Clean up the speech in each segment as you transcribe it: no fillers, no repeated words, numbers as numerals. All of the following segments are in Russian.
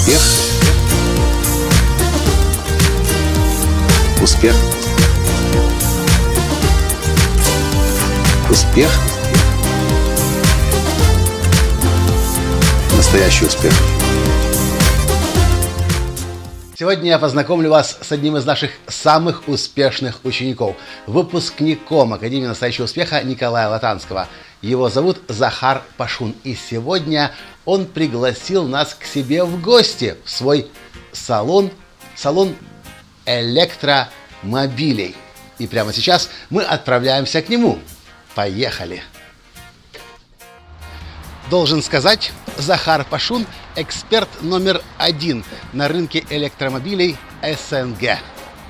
Успех. Успех. Успех. Настоящий успех. Сегодня я познакомлю вас с одним из наших самых успешных учеников, выпускником Академии настоящего успеха Николая Латанского. Его зовут Захар Пашун, и сегодня он пригласил нас к себе в гости в свой салон электромобилей. И прямо сейчас мы отправляемся к нему. Поехали! Должен сказать, Захар Пашун – эксперт номер 1 на рынке электромобилей СНГ.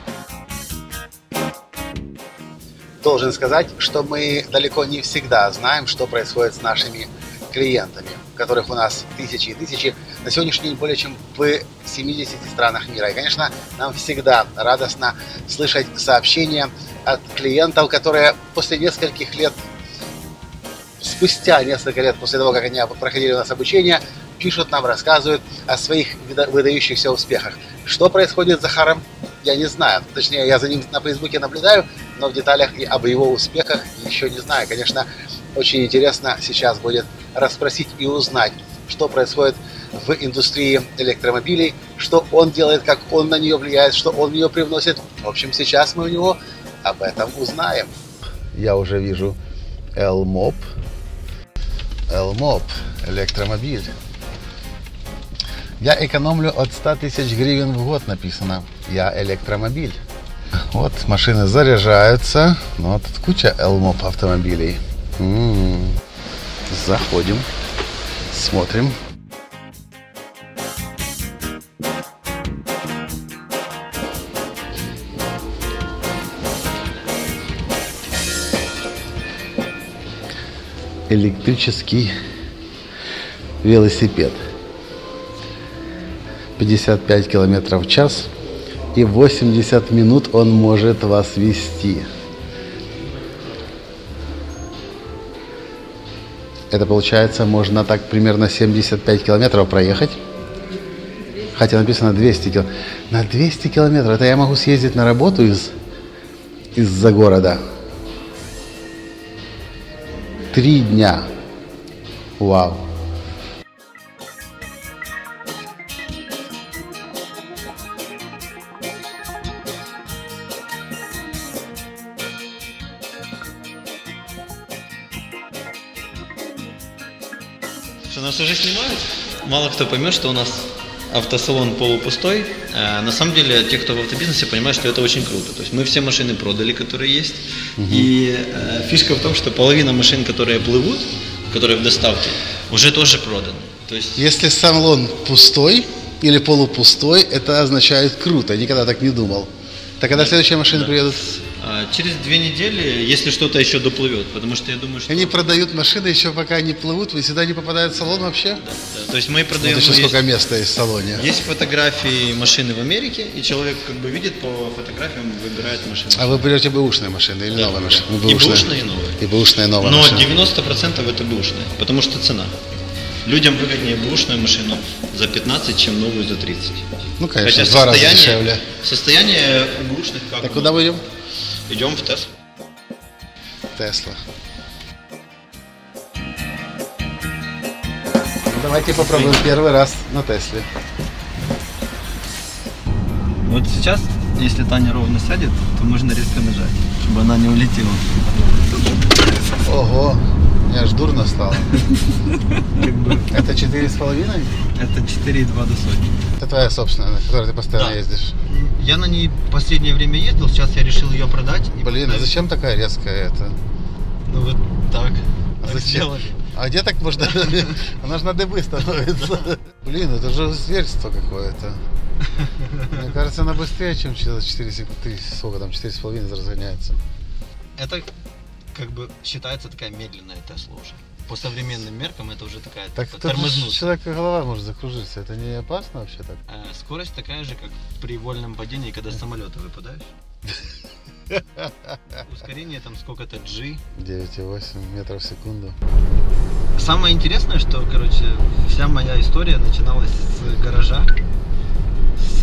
Должен сказать, что мы далеко не всегда знаем, что происходит с нашими клиентами, которых у нас тысячи и тысячи, на сегодняшний день более чем в 70 странах мира. И, конечно, нам всегда радостно слышать сообщения от клиентов, которые после нескольких лет, спустя несколько лет после того, как они проходили у нас обучение, пишут нам, рассказывают о своих выдающихся успехах. Что происходит с Захаром, я не знаю. Точнее, я за ним на Фейсбуке наблюдаю, но в деталях и об его успехах еще не знаю. Конечно, очень интересно сейчас будет расспросить и узнать, что происходит в индустрии электромобилей, что он делает, как он на нее влияет, что он в нее привносит. В общем, сейчас мы у него об этом узнаем. Я уже вижу Elmob, электромобиль. Я экономлю от 100 тысяч гривен в год, написано. Я электромобиль. Вот машины заряжаются. Ну, вот тут куча Elmob автомобилей. Заходим, смотрим. Электрический велосипед. 55 километров в час и 80 минут он может вас вести. Это получается, можно так примерно 75 километров проехать. Хотя написано 200 километров. На 200 километров это я могу съездить на работу из-за города. 3 дня. Вау. Что нас уже снимают? Мало кто поймет, что у нас автосалон полупустой. На самом деле, те, кто в автобизнесе, понимают, что это очень круто. То есть мы все машины продали, которые есть. И фишка в том, что половина машин, которые плывут, которые в доставке, уже тоже проданы. То есть... Если салон пустой или полупустой, это означает круто. Я никогда так не думал. Так когда следующие машины приедут? Через 2 недели, если что-то еще доплывет, потому что я думаю, что... Они продают машины еще пока они плывут, вы сюда не попадают в салон вообще? Да. То есть мы продаем... Вот еще сколько места есть в салоне. Есть фотографии машины в Америке, и человек как бы видит по фотографиям, выбирает машину. А вы берете бэушные машины или новые машины? И бэушные, и новые. И бэушные, и новые Но машины. 90% это бэушные, потому что цена. Людям выгоднее бэушную машину за 15, чем новую за 30. Ну, конечно, хотя в 2 раза дешевле. Состояние бэушных как... Так куда мы идем? Идем в Теслу. Тесла. Давайте попробуем первый раз на Тесле. Вот сейчас, если Таня ровно сядет, то можно резко нажать, чтобы она не улетела. Ого, мне аж дурно стало. Это 4,5? Это 4,2 до сотни. Это твоя собственная, на которой ты постоянно ездишь? Я на ней в последнее время ездил, сейчас я решил ее продать. Блин, а зачем такая резкая это? Ну вот так. А зачем? А где так можно? Она же на дыбы становится. Блин, это же зверство какое-то. Мне кажется, она быстрее, чем через 4 секунды. Сколько там, 4,5 разгоняется. Это как бы считается такая медленная Тесла уже. По современным меркам это уже такая тормознуться. Человека голова может закружиться. Это не опасно вообще так? Скорость такая же, как при вольном падении, когда с самолета выпадаешь. Ускорение там сколько-то G. 9,8 метров в секунду. Самое интересное, что, короче, вся моя история начиналась с гаража.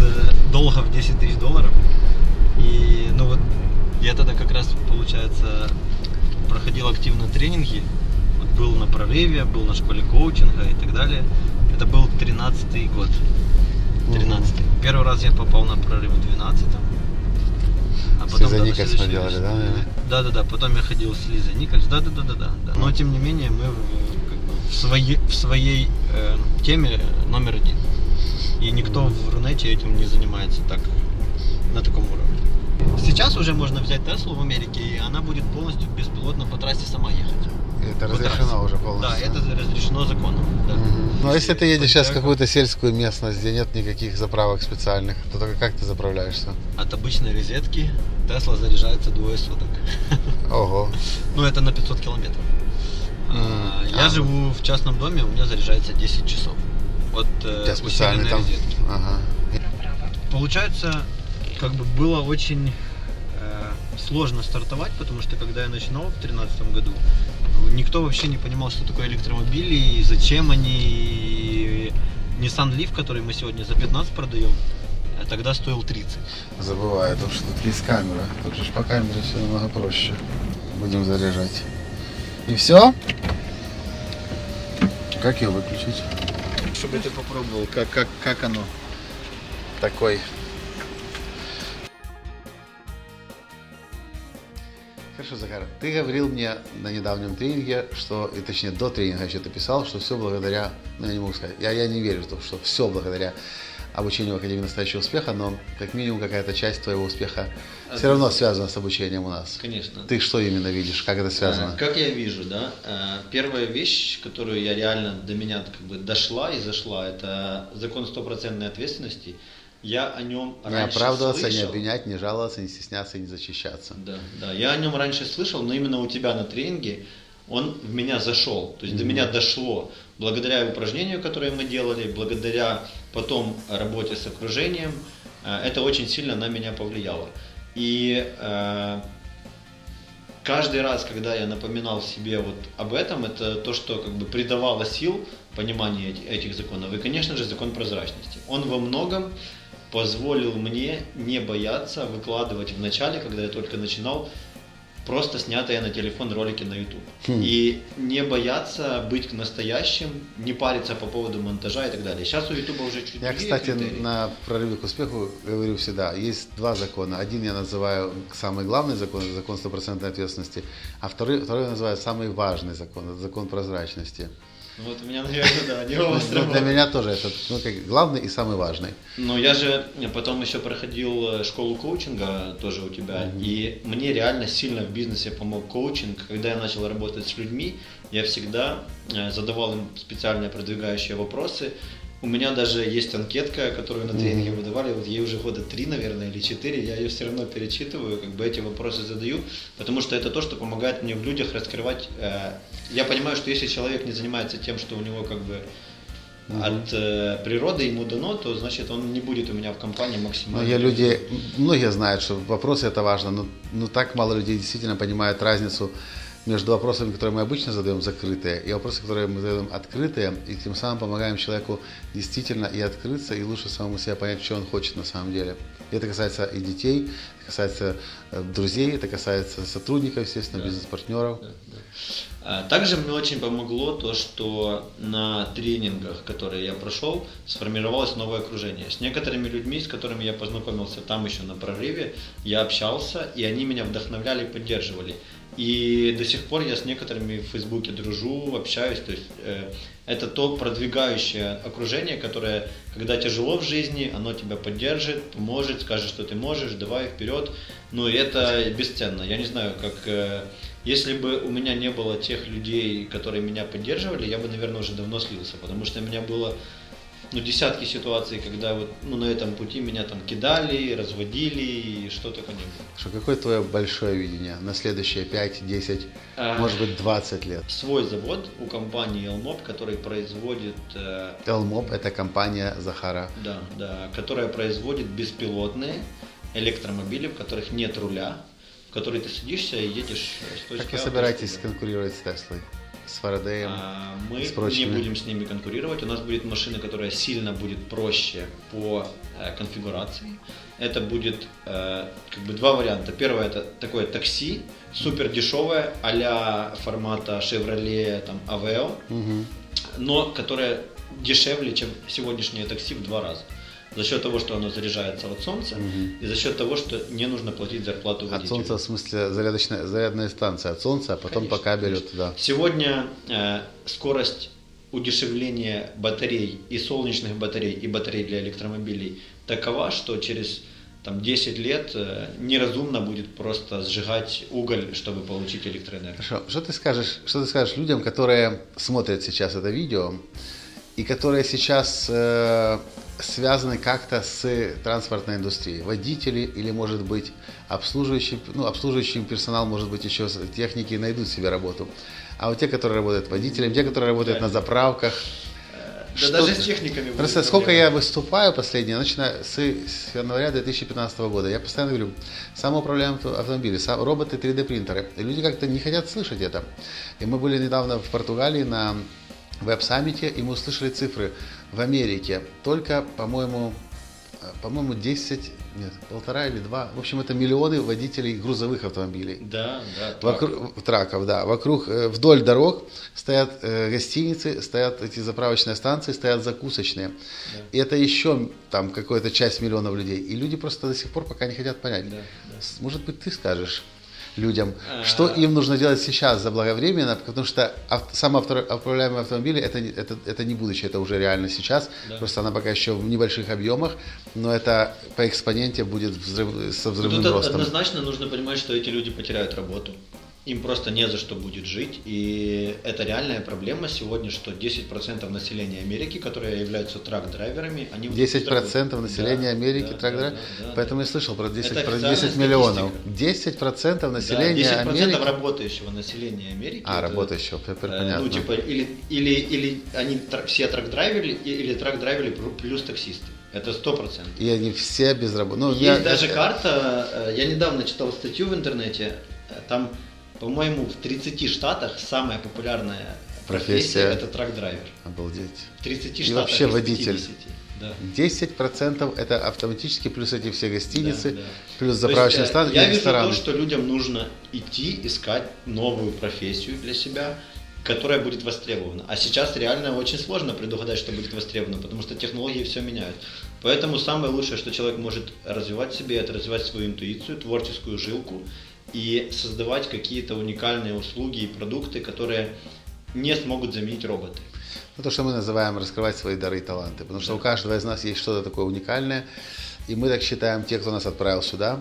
долга в 10 тысяч долларов. И ну вот я тогда как раз, получается, проходил активно тренинги. Вот был на прорыве, был на школе коучинга и так далее. Это был 13-й год. 13-й. Первый раз я попал на прорыв в 12-м. А потом, Лиза Никольс мы делали, да, наверное? Да. Потом я ходил с Лизой Никольс. Да. Но тем не менее мы как бы в своей теме номер один. И никто в Рунете этим не занимается так, на таком уровне. Сейчас уже можно взять Теслу в Америке, и она будет полностью беспилотно по трассе сама ехать. Это разрешено уже полностью. Да, это разрешено законом. Да. Ну а если ты едешь сейчас в какую-то сельскую местность, где нет никаких заправок специальных, то только как ты заправляешься? От обычной розетки Тесла заряжается двое суток. Ого. Ну это на 500 километров. Я живу в частном доме, у меня заряжается 10 часов от усиленной розетки. Ага. Получается, как бы было очень сложно стартовать, потому что когда я начинал в 2013 году, никто вообще не понимал, что такое электромобили и зачем они. И Nissan Leaf, который мы сегодня за 15 продаем, тогда стоил 30. Забываю, потому что тут есть камера. Тут же по камере все намного проще. Будем заряжать. И все? Как ее выключить? Чтобы ты попробовал, как оно. Такой. Хорошо, Захар, ты говорил мне на недавнем тренинге, что, и точнее до тренинга еще ты писал, что все благодаря, ну я не могу сказать, я не верю в то, что все благодаря обучению в Академии настоящего успеха, но как минимум какая-то часть твоего успеха все равно связана с обучением у нас. Конечно. Ты что именно видишь, как это связано? Как я вижу, да, первая вещь, которую я реально до меня как бы дошла и зашла, это закон стопроцентной ответственности. Я о нем раньше не оправдываться, слышал. не обвинять, не жаловаться, не стесняться, не защищаться. Да, я о нем раньше слышал, но именно у тебя на тренинге он в меня зашел, то есть до меня дошло благодаря упражнению, которое мы делали, благодаря потом работе с окружением, это очень сильно на меня повлияло. И каждый раз, когда я напоминал себе вот об этом, это то, что как бы придавало сил пониманию этих законов. И, конечно же, закон прозрачности. Он во многом позволил мне не бояться выкладывать в начале, когда я только начинал, просто снятые на телефон ролики на YouTube. И не бояться быть настоящим, не париться по поводу монтажа и так далее. Сейчас у YouTube уже чуть Я, кстати, на прорыве к успеху говорю всегда, есть два закона. Один я называю самый главный закон, закон стопроцентной ответственности, а второй я называю самый важный закон, это закон прозрачности. Вот у меня, наверное, да, не оба сработали. Для меня тоже это как главный и самый важный. Но я же потом еще проходил школу коучинга тоже у тебя, и мне реально сильно в бизнесе помог коучинг. Когда я начал работать с людьми, я всегда задавал им специальные продвигающие вопросы. У меня даже есть анкетка, которую на тренинге выдавали, вот ей уже года 3, наверное, или 4, я ее все равно перечитываю, как бы эти вопросы задаю, потому что это то, что помогает мне в людях раскрывать. Я понимаю, что если человек не занимается тем, что у него как бы от природы ему дано, то значит он не будет у меня в компании максимально. Многие знают, что вопросы это важно, но так мало людей действительно понимают разницу между вопросами, которые мы обычно задаем, закрытые, и вопросы, которые мы задаем, открытые, и тем самым помогаем человеку действительно и открыться, и лучше самому себя понять, что он хочет на самом деле. И это касается и детей, это касается друзей, это касается сотрудников, естественно, бизнес-партнеров. Также мне очень помогло то, что на тренингах, которые я прошел, сформировалось новое окружение. С некоторыми людьми, с которыми я познакомился там еще на прорыве, я общался, и они меня вдохновляли и поддерживали. И до сих пор я с некоторыми в Фейсбуке дружу, общаюсь. То есть это то продвигающее окружение, которое, когда тяжело в жизни, оно тебя поддержит, поможет, скажет, что ты можешь, давай вперед. Ну и это бесценно. Я не знаю, как если бы у меня не было тех людей, которые меня поддерживали, я бы, наверное, уже давно слился, потому что у меня было десятки ситуаций, когда вот, на этом пути меня там кидали, разводили и что только не было. Какое твое большое видение на следующие 5, 10, может быть 20 лет? Свой завод у компании Elmop, который производит... Elmop это компания Захара. Да, которая производит беспилотные электромобили, в которых нет руля, в которые ты садишься и едешь с точки А. Как вы собираетесь конкурировать с Теслой? с Фарадеем, Мы с не прочими. будем с ними конкурировать. У нас будет машина, которая сильно будет проще по конфигурации. Это будет как бы два варианта. Первое — это такое такси, супер дешевое, а-ля формата Chevrolet там, Aveo, но которое дешевле, чем сегодняшнее такси в 2 раза. За счет того, что оно заряжается от солнца, и за счет того, что не нужно платить зарплату водителю. От солнца, в смысле, зарядная станция от солнца, а потом Конечно, по кабелю конечно. туда. Сегодня скорость удешевления батарей и солнечных батарей, и батарей для электромобилей такова, что через 10 лет неразумно будет просто сжигать уголь, чтобы получить электроэнергию. Хорошо. Что ты скажешь людям, которые смотрят сейчас это видео, и которые сейчас связаны как-то с транспортной индустрией? Водители или, может быть, обслуживающий персонал, может быть, еще техники найдут себе работу. А вот те, которые работают водителями, те, которые работают на заправках. Да даже с техниками. Просто сколько я выступаю последнее, начиная с января 2015 года, я постоянно говорю, самоуправляемые автомобили, роботы, 3D-принтеры. И люди как-то не хотят слышать это. И мы были недавно в Португалии на веб-саммите, и мы услышали цифры. В Америке только, по-моему, 1,5 или 2, в общем, это миллионы водителей грузовых автомобилей. Да. Траков, да. Вдоль дорог стоят гостиницы, стоят эти заправочные станции, стоят закусочные. Да. И это еще там какая-то часть миллионов людей. И люди просто до сих пор пока не хотят понять. Да. Может быть, ты скажешь людям, что им нужно делать сейчас заблаговременно, потому что самоуправляемые автомобили это не будущее, это уже реально сейчас, просто она пока еще в небольших объемах, но это по экспоненте будет со взрывным ростом. Однозначно нужно понимать, что эти люди потеряют работу. Им просто не за что будет жить, и это реальная проблема сегодня, что 10% населения Америки, которые являются трак-драйверами, они... 10% населения Америки трак-драйверы? Поэтому я слышал про 10 миллионов. 10% населения Америки? 10% работающего населения Америки. Работающего, понятно. Или они все трак-драйверы, или трак-драйверы плюс таксисты. Это 100%. И они все без работы. Есть даже карта, я недавно читал статью в интернете, там, по-моему, в 30 штатах самая популярная профессия это трак-драйвер. Обалдеть. В 30 и штатах вообще водитель. 50. Да. 10% это автоматически плюс эти все гостиницы, плюс заправочные станции и рестораны. Я вижу то, что людям нужно идти искать новую профессию для себя, которая будет востребована. А сейчас реально очень сложно предугадать, что будет востребовано, потому что технологии все меняют. Поэтому самое лучшее, что человек может развивать в себе, это развивать свою интуицию, творческую жилку и создавать какие-то уникальные услуги и продукты, которые не смогут заменить роботы. То, что мы называем раскрывать свои дары и таланты. Потому что у каждого из нас есть что-то такое уникальное. И мы так считаем, те, кто нас отправил сюда,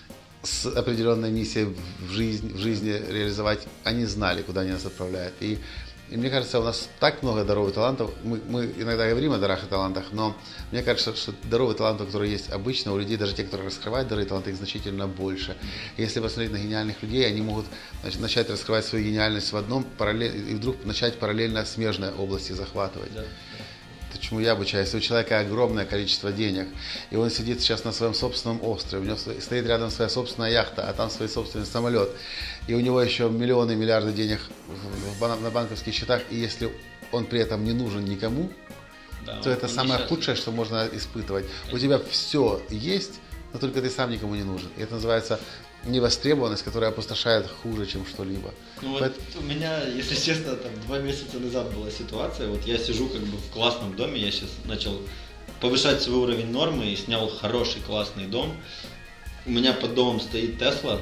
с определенной миссией в жизни реализовать, они знали, куда они нас отправляют. И мне кажется, у нас так много даров и талантов. Мы иногда говорим о дарах и талантах, но мне кажется, что даров и талантов, которые есть обычно у людей, даже те, которые раскрывают дары и таланты, их значительно больше. Если посмотреть на гениальных людей, они могут начать раскрывать свою гениальность в одном и вдруг начать параллельно смежные области захватывать. Да. Чему я обучаюсь. Если у человека огромное количество денег, и он сидит сейчас на своем собственном острове, у него стоит рядом своя собственная яхта, а там свой собственный самолет, и у него еще миллионы, миллиарды денег на банковских счетах, и если он при этом не нужен никому, то это самое худшее, что можно испытывать. У тебя все есть, но только ты сам никому не нужен. И это называется невостребованность, которая опустошает хуже, чем что-либо. У меня, если честно, 2 месяца назад была ситуация, я сижу в классном доме, я сейчас начал повышать свой уровень нормы и снял хороший классный дом. У меня под домом стоит Тесла.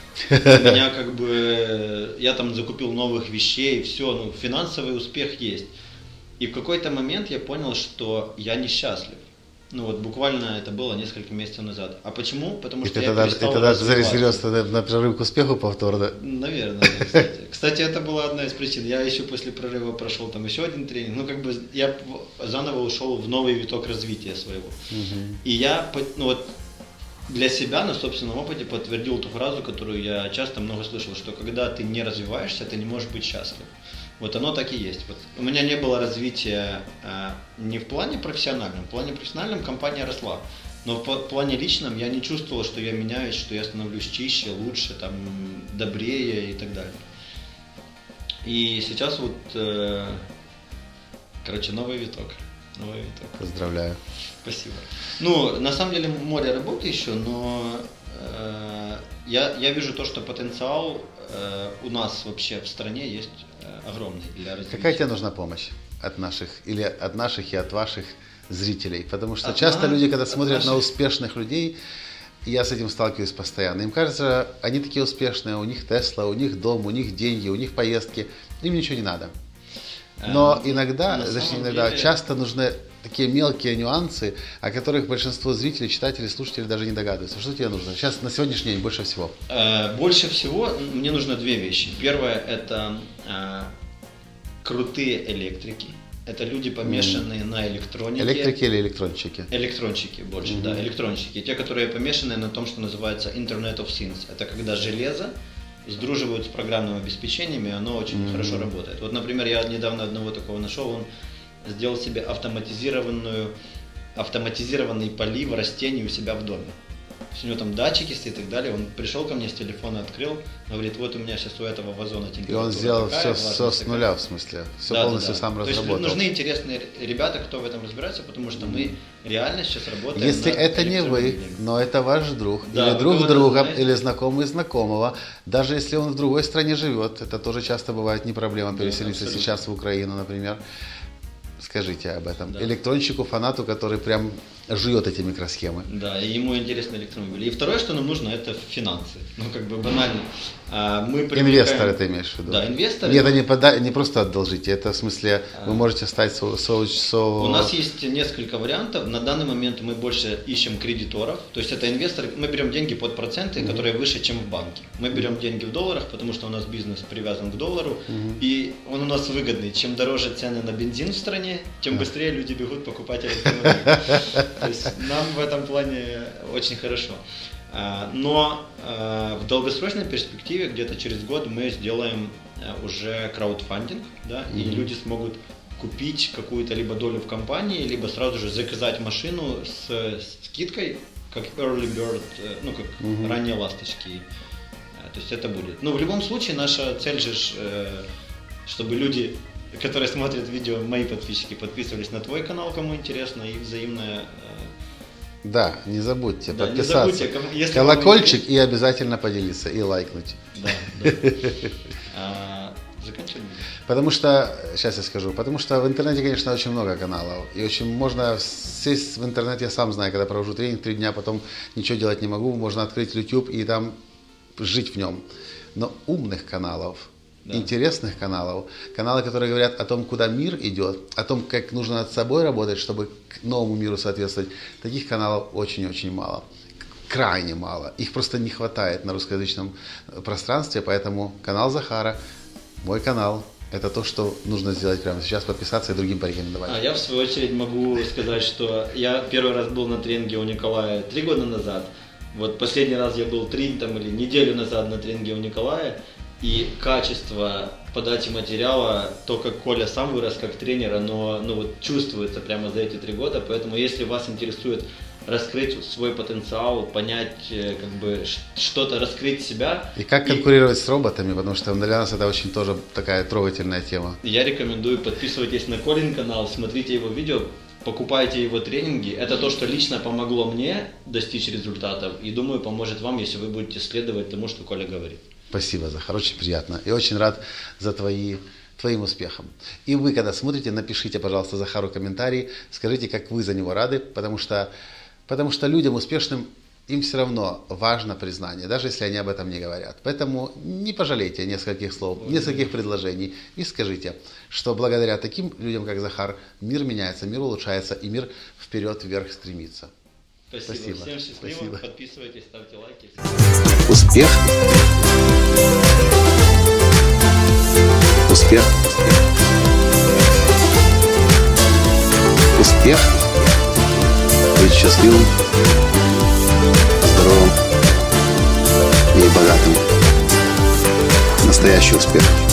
Я там закупил новых вещей, все, финансовый успех есть. И в какой-то момент я понял, что я несчастлив. Буквально это было несколько месяцев назад. А почему? Потому что я перестал развиваться. Серьезно, на прорыв к успеху повторно? Наверное, кстати. Кстати, это была одна из причин. Я еще после прорыва прошел еще один тренинг. Я заново ушел в новый виток развития своего. И я для себя на собственном опыте подтвердил ту фразу, которую я часто много слышал, что когда ты не развиваешься, ты не можешь быть счастлив. Оно так и есть. У меня не было развития не в плане профессиональном. В плане профессиональном компания росла. Но в плане личном я не чувствовал, что я меняюсь, что я становлюсь чище, лучше, добрее и так далее. И сейчас вот, короче, новый виток. Новый виток. Поздравляю. Спасибо. Ну, на самом деле море работы еще, но я вижу то, что потенциал у нас вообще в стране есть огромный для развития. Какая тебе нужна помощь от наших или от наших и от ваших зрителей? Потому что часто люди, когда смотрят на успешных людей, я с этим сталкиваюсь постоянно. Им кажется, они такие успешные, у них Тесла, у них дом, у них деньги, у них поездки, им ничего не надо. Но иногда, часто нужны такие мелкие нюансы, о которых большинство зрителей, читателей, слушателей даже не догадываются. Что тебе нужно? Сейчас на сегодняшний день больше всего. Больше всего мне нужно две вещи. Первое – это крутые электрики. Это люди, помешанные на электронике. Электрики или электрончики? Электрончики больше, да, электрончики. Те, которые помешаны на том, что называется Internet of Things. Это когда железо сдруживают с программным обеспечением, и оно очень хорошо работает. Вот, например, я недавно одного такого нашел, он сделал себе автоматизированный полив растений у себя в доме. У него там датчики стоят и так далее. Он пришел ко мне с телефона, открыл, говорит, вот у меня сейчас у этого вазона температура. И он сделал такая, все с нуля, в смысле, все полностью сам разработал. То есть нужны интересные ребята, кто в этом разбирается, потому что мы реально сейчас работаем. Если это не вы, но это ваш друг, или друг друга, или знакомый знакомого, даже если он в другой стране живет, это тоже часто бывает не проблема переселиться сейчас в Украину, например. Скажите об этом. Да. Электронщику, фанату, который прям живет эти микросхемы. Да, и ему интересны электромобили. И второе, что нам нужно, это финансы. Ну, как бы банально. Мы Инвесторы ты имеешь в виду? Да, инвесторы. Нет, это не просто одолжите, это в смысле вы можете стать У нас есть несколько вариантов. На данный момент мы больше ищем кредиторов. То есть это инвесторы, мы берем деньги под проценты, которые выше, чем в банке. Мы берем деньги в долларах, потому что у нас бизнес привязан к доллару. И он у нас выгодный. Чем дороже цены на бензин в стране, тем быстрее люди бегут покупать электромобили. То есть нам в этом плане очень хорошо. Но в долгосрочной перспективе, где-то через год, мы сделаем уже краудфандинг, да, и люди смогут купить какую-то либо долю в компании, либо сразу же заказать машину с скидкой, как early bird, ну как ранние ласточки. То есть это будет. Но в любом случае наша цель же, чтобы люди, которые смотрят видео, мои подписчики, подписывались на твой канал, кому интересно, и взаимное. Да, не забудьте подписаться. Не забудьте, колокольчик и обязательно поделиться и лайкнуть. Да. Заканчиваем. Потому что, сейчас я скажу, потому что в интернете, конечно, очень много каналов. И очень можно сесть в интернете, я сам знаю, когда провожу тренинг 3 дня, потом ничего делать не могу, можно открыть YouTube и там жить в нем. Но умных каналов, интересных каналов, каналы, которые говорят о том, куда мир идет, о том, как нужно над собой работать, чтобы к новому миру соответствовать, таких каналов очень-очень мало. Крайне мало. Их просто не хватает на русскоязычном пространстве, поэтому канал Захара, мой канал, это то, что нужно сделать прямо сейчас, подписаться и другим порекомендовать. Я в свою очередь могу сказать, что я первый раз был на тренинге у Николая 3 года назад. Вот последний раз я был 3 или неделю назад на тренинге у Николая. И качество подачи материала, то, как Коля сам вырос как тренер, оно вот чувствуется прямо за эти 3 года. Поэтому, если вас интересует раскрыть свой потенциал, понять, как бы что-то, раскрыть себя. И как конкурировать с роботами, потому что для нас это очень тоже такая трогательная тема. Я рекомендую, подписывайтесь на Колин канал, смотрите его видео, покупайте его тренинги. Это то, что лично помогло мне достичь результатов. И думаю, поможет вам, если вы будете следовать тому, что Коля говорит. Спасибо, Захар, очень приятно. И очень рад за твоим успехом. И вы, когда смотрите, напишите, пожалуйста, Захару комментарий, скажите, как вы за него рады, потому что людям успешным, им все равно важно признание, даже если они об этом не говорят. Поэтому не пожалейте нескольких слов, нескольких предложений и скажите, что благодаря таким людям, как Захар, мир меняется, мир улучшается и мир вперед, вверх стремится. Спасибо. Всем счастливо. Спасибо. Подписывайтесь, ставьте лайки. Успех. Успех. Успех. Быть счастливым, здоровым и богатым. Настоящий успех.